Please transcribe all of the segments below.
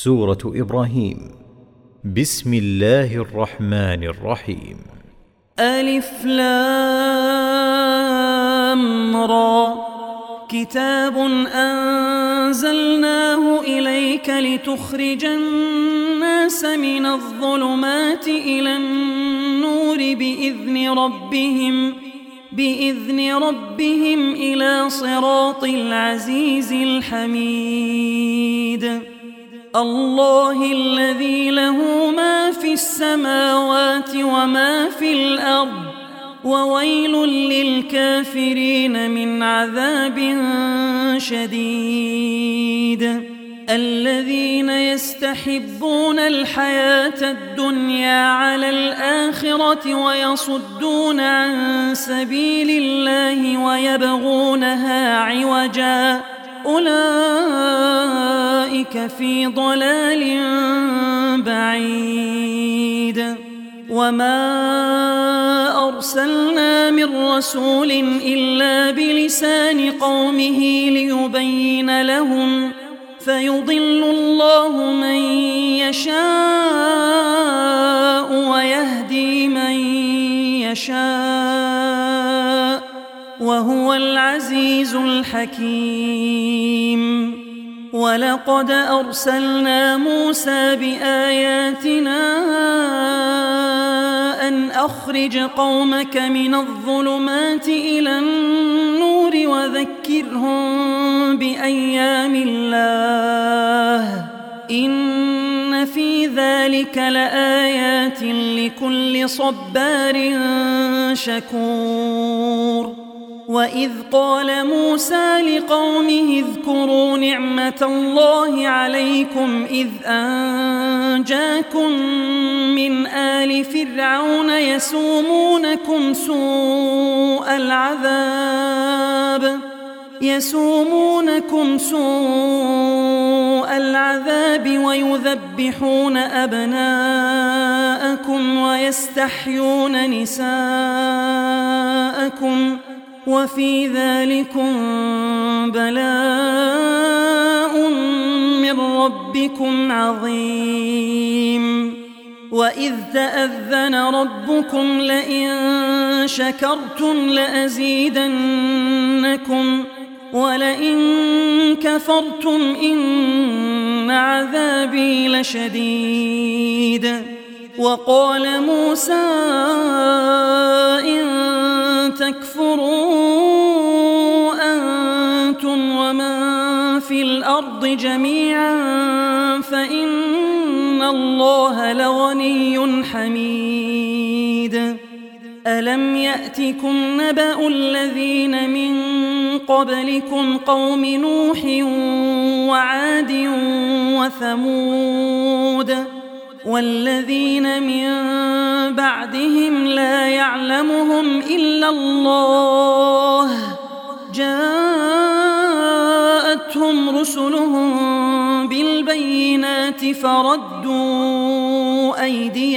سورة إبراهيم. بسم الله الرحمن الرحيم. ألف لام را. كتاب أنزلناه إليك لتخرج الناس من الظلمات إلى النور بإذن ربهم إلى صراط العزيز الحميد. الله الذي له ما في السماوات وما في الأرض، وويل للكافرين من عذاب شديد. الذين يستحبون الحياة الدنيا على الآخرة ويصدون عن سبيل الله ويبغونها عوجا، أولئك في ضلال بعيد. وما أرسلنا من رسول إلا بلسان قومه ليبين لهم، فيضل الله من يشاء ويهدي من يشاء، وهو العزيز الحكيم. ولقد أرسلنا موسى بآياتنا أن أخرج قومك من الظلمات إلى النور وذكرهم بأيام الله، إن في ذلك لآيات لكل صبار شكور. وإذ قال موسى لقومه اذكروا نعمة الله عليكم إذ أنجاكم من آل فرعون يسومونكم سوء العذاب ويذبحون أبناءكم ويستحيون نساءكم، وفي ذلكم بلاء من ربكم عظيم. وإذ تأذن ربكم لئن شكرتم لأزيدنكم ولئن كفرتم إن عذابي لشديد. وقال موسى إن تكفروا أنتم ومن في الأرض جميعا فإن الله لغني حميد. ألم يأتكم نبأ الذين من قبلكم قوم نوح وعاد وثمود والذين من بعدهم لا يعلمهم إلا الله، جاءتهم رسلهم بالبينات فردوا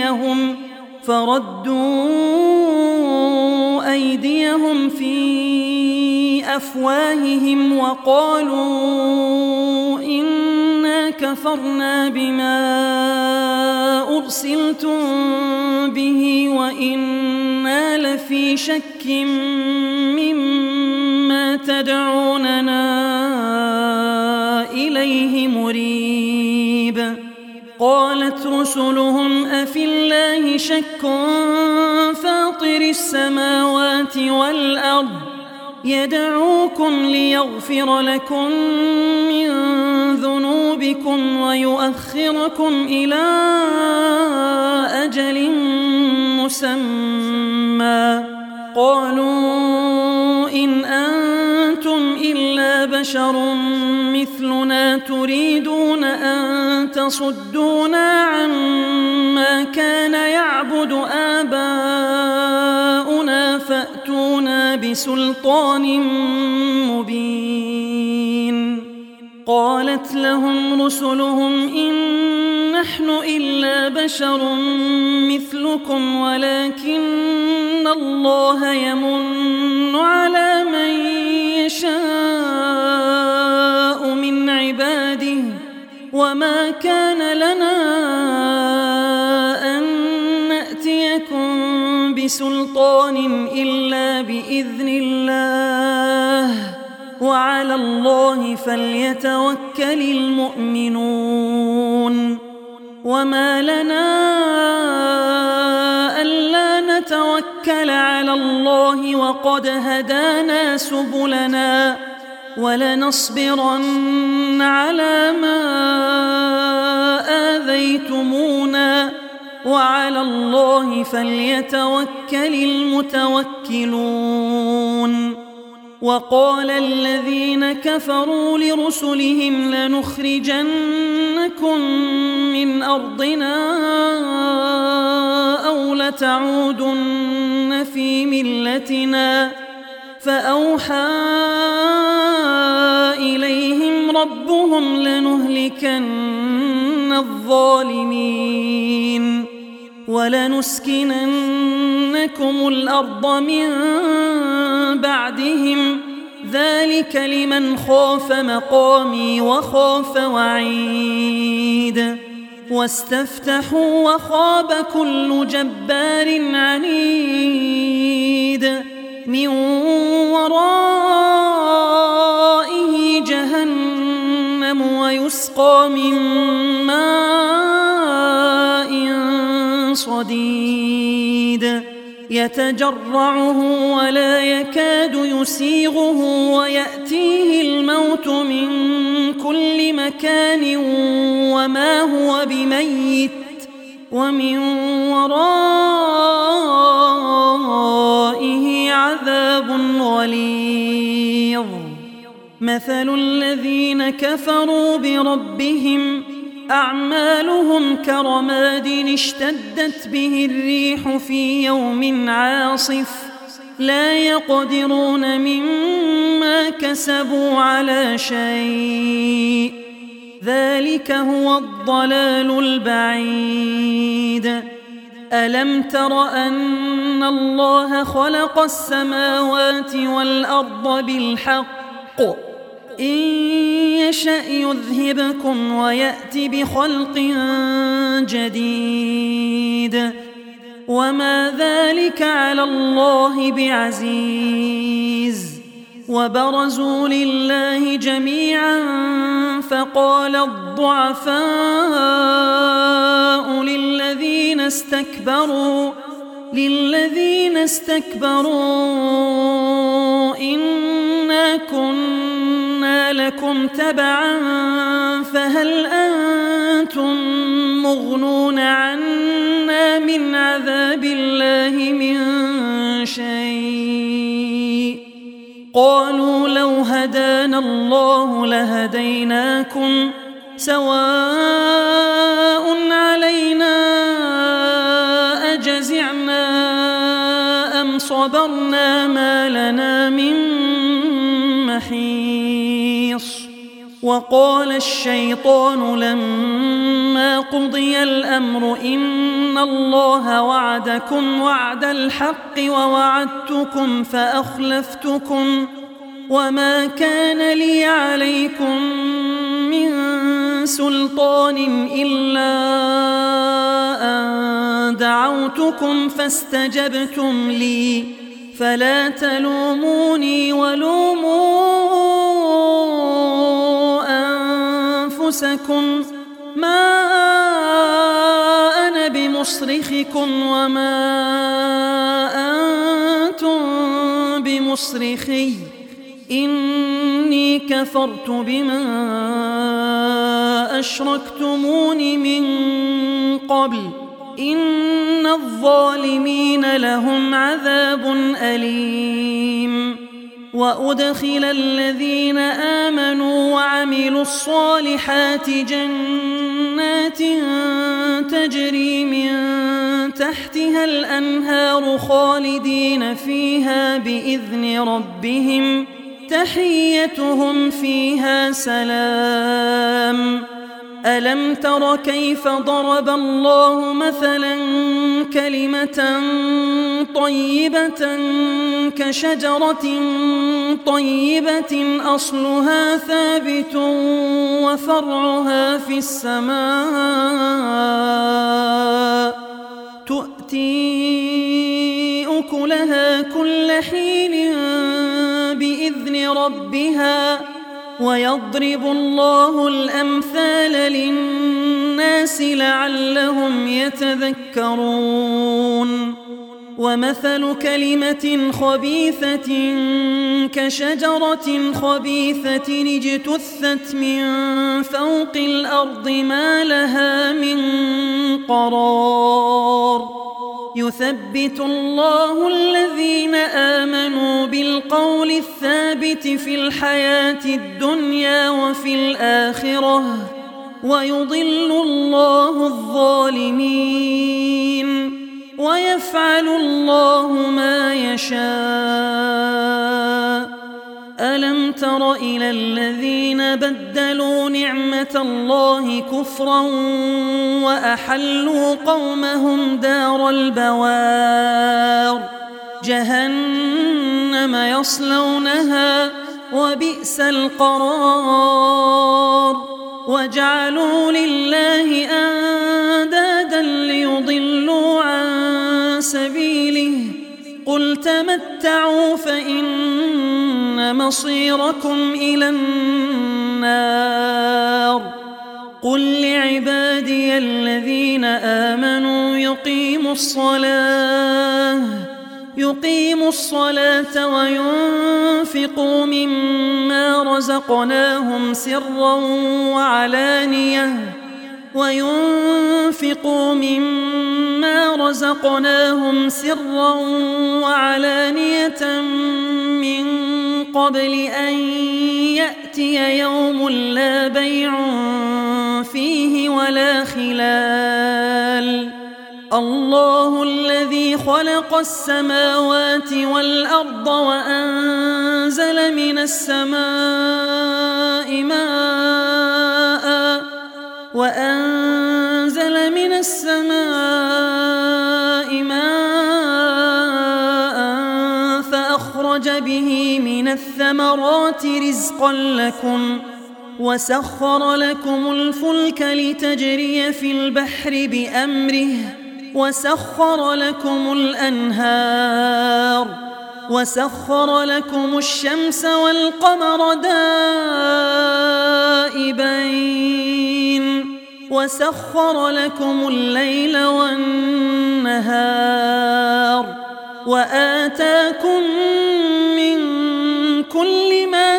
أيديهم في أفواههم وقالوا إنا كفرنا بما أرسلتم به وإنا لفي شك مما تدعوننا إليه مريب. قالت رسلهم أفي الله شك فاطر السماوات والأرض يدعوكم ليغفر لكم من ذنوبكم ويؤخركم إلى أجل مسمى. قالوا إن أنتم إلا بشر مثلنا تريدون أن تصدونا عما كان يعبد آباؤنا فأتونا بسلطان مبين. قالت لهم رسلهم إن نحن إلا بشر مثلكم ولكن الله يمن على من يشاء من عباده وما كان لنا أن نأتيكم بسلطان إلا بإذن الله وعلى الله فليتوكل المؤمنون وما لنا ألا نتوكل على الله وقد هدانا سبلنا ولنصبرن على ما آذيتمونا وعلى الله فليتوكل المتوكلون وقال الذين كفروا لرسلهم لنخرجنكم من أرضنا أو لتعودن في ملتنا فأوحى إليهم ربهم لنهلكن الظالمين ولنسكننكم الأرض من بعدهم ذلك لمن خاف مقامي وخاف وعيد واستفتحوا وخاب كل جبار عنيد من ورائه جهنم ويسقى من ماء صديد يتجرعه ولا يكاد يسيغه ويأتيه الموت من كل مكان وما هو بميت ومن ورائه عذاب غليظ مثل الذين كفروا بربهم أعمالهم كرماد اشتدت به الريح في يوم عاصف لا يقدرون مما كسبوا على شيء ذلك هو الضلال البعيد ألم تر أن الله خلق السماوات والأرض بالحق إن يشأ يذهبكم ويأت بخلق جديد وما ذلك على الله بعزيز وبرزوا لله جميعا فقال الضعفاء للذين استكبروا إنا كنا لكم تبعا فهل أنتم مغنون عنا من عذاب الله من شيء قالوا لو هدانا الله لهديناكم سواء علينا أجزعنا أم صبرنا ما لنا من محيص وقال الشيطان لما قضي الأمر إن الله وعدكم وعد الحق ووعدتكم فأخلفتكم وما كان لي عليكم من سلطان إلا أن دعوتكم فاستجبتم لي فلا تلوموني ولوموا أنفسكم ما أنا بمصرخكم وما أنتم بمصرخي إني كفرت بما أشركتمون من قبل إن الظالمين لهم عذاب أليم وأدخل الذين آمنوا وعملوا الصالحات جنات تجري من تحتها الأنهار خالدين فيها بإذن ربهم تحيتهم فيها سلام ألم تر كيف ضرب الله مثلا كلمة طيبة كشجرة طيبة أصلها ثابت وفرعها في السماء تؤتي أكلها كل حين بإذن ربها ويضرب الله الأمثال للناس لعلهم يتذكرون ومثل كلمة خبيثة كشجرة خبيثة اجتثت من فوق الأرض ما لها من قرار يثبت الله الذين آمنوا بالقول الثابت في الحياة الدنيا وفي الآخرة ويضل الله الظالمين ويفعل الله ما يشاء ألم تر إلى الذين بدلوا نعمة الله كفرا وأحلوا قومهم دار البوار جهنم يصلونها وبئس القرار وجعلوا لله أندادا ليضلوا عن سبيله قل تمتعوا فإن مصيركم إلى النار قل لعبادي الذين آمنوا يقيموا الصلاة وينفقوا مما رزقناهم سرا وعلانية من قبل أن يأتي يوم لا بيع فيه ولا خلال الله الذي خلق السماوات والأرض وأنزل من السماء ماء فأخرج به من الثمرات رزقا لكم وسخر لكم الفلك لتجري في البحر بأمره وسخر لكم الأنهار وسخر لكم الشمس والقمر دائبين وسخر لكم الليل والنهار وآتاكم من كل ما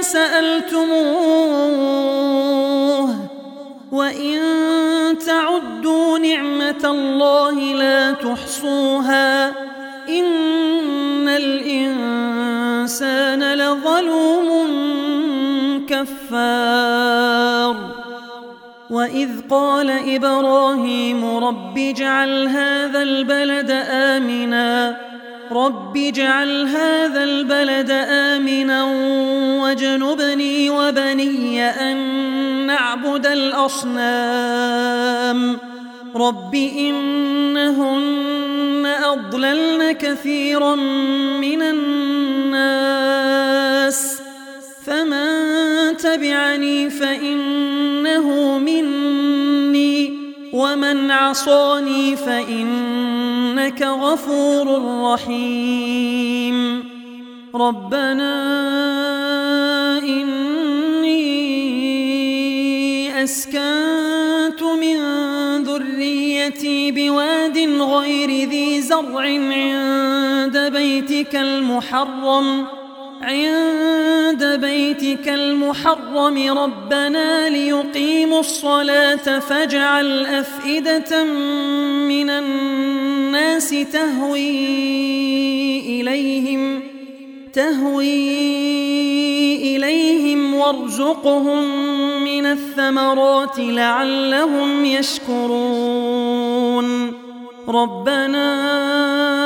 سألتموه وإن تعدوا نعمة الله لا تحصوها إن الإنسان لظلوم كفار وإذ قال إبراهيم رب اجعل هذا البلد آمنا واجنبني وبني أن نعبد الأصنام رب إنهن أضللن كثيرا من الناس فمن تبعني فإنه مني ومن عصاني فإنك غفور رحيم ربنا إني أسكنت من ذريتي بواد غير ذي زرع عند بيتك المحرم ربنا ليقيموا الصلاة فاجعل أفئدة من الناس تهوي إليهم وارزقهم من الثمرات لعلهم يشكرون ربنا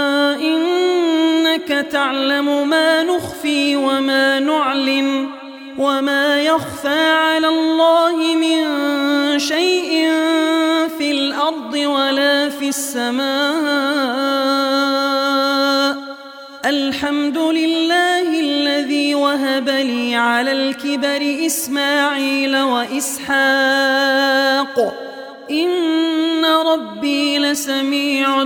إنك تعلم ما نخفي وما نعلن وما يخفى على الله من شيء في الأرض ولا في السماء. الحمد لله الذي وهب لي على الكبر إسماعيل وإسحاق إن ربي لسميع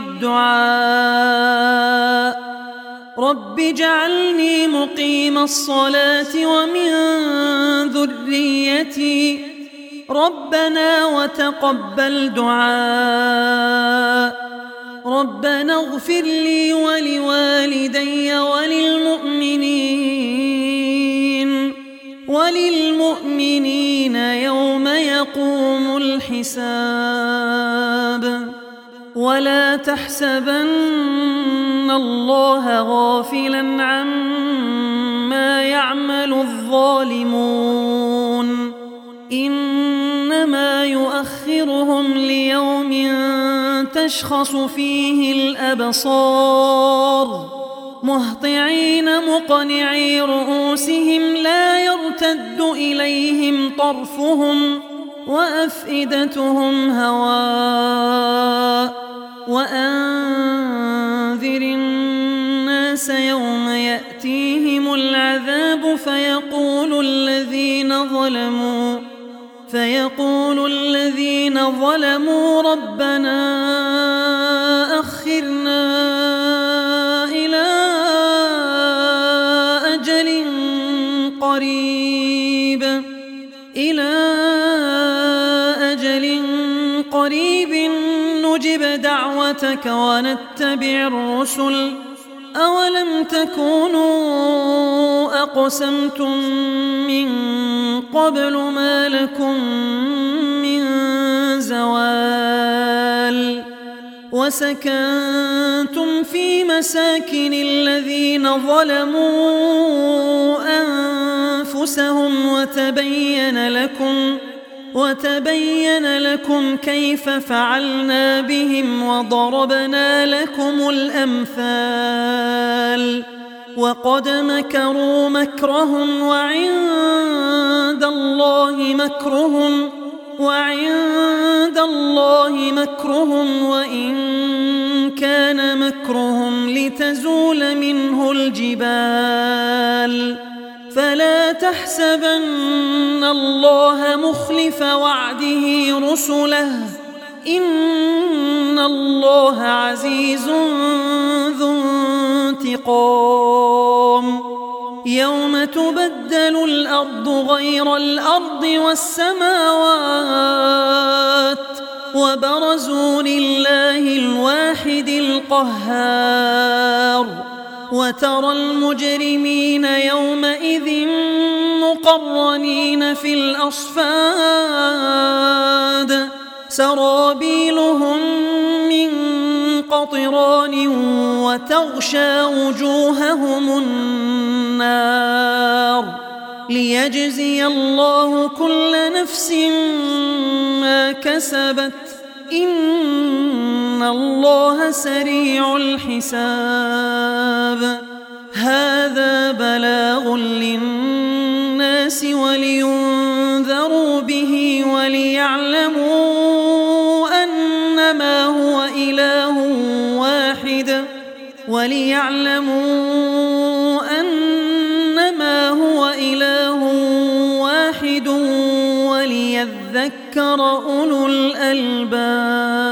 الدعاء. رب اجعلني مقيم الصلاة ومن ذريتي ربنا وتقبل دعاء. ربنا اغفر لي ولوالدي وللمؤمنين يوم يقوم الحساب. ولا تحسبن الله غافلا عما يعمل الظالمون إنما يؤخرهم ليوم تشخص فيه الأبصار مهطعين مقنعي رؤوسهم لا يرتد إليهم طرفهم وأفئدتهم هواء. وأنذر الناس يوم يأتيهم العذاب فيقول الذين ظلموا ربنا أخرنا إلى أجل قريب نجب دعوتك ونتبع الرسل أولم تكونوا أقسمتم من قبل ما لكم من زوال. وسكنتم في مساكن الذين ظلموا أنفسهم وتبين لكم كيف فعلنا بهم وضربنا لكم الأمثال. وقد مكروا مكرهم وعند الله مكرهم وإن كان مكرهم لتزول منه الجبال. فلا تحسبن الله مخلف وعده رسله إن الله عزيز ذو انتقام. يوم تبدل الأرض غير الأرض والسماوات وبرزوا لله الواحد القهار. وترى المجرمين يومئذ مقرنين في الأصفاد سرابيلهم من قطران وتغشى وجوههم النار ليجزي الله كل نفس ما كسبت إن الله سريع الحساب. هذا بلاغ للناس ولينذروا به وليعلموا أنما هو إله واحد وليذكر أولو الألباب.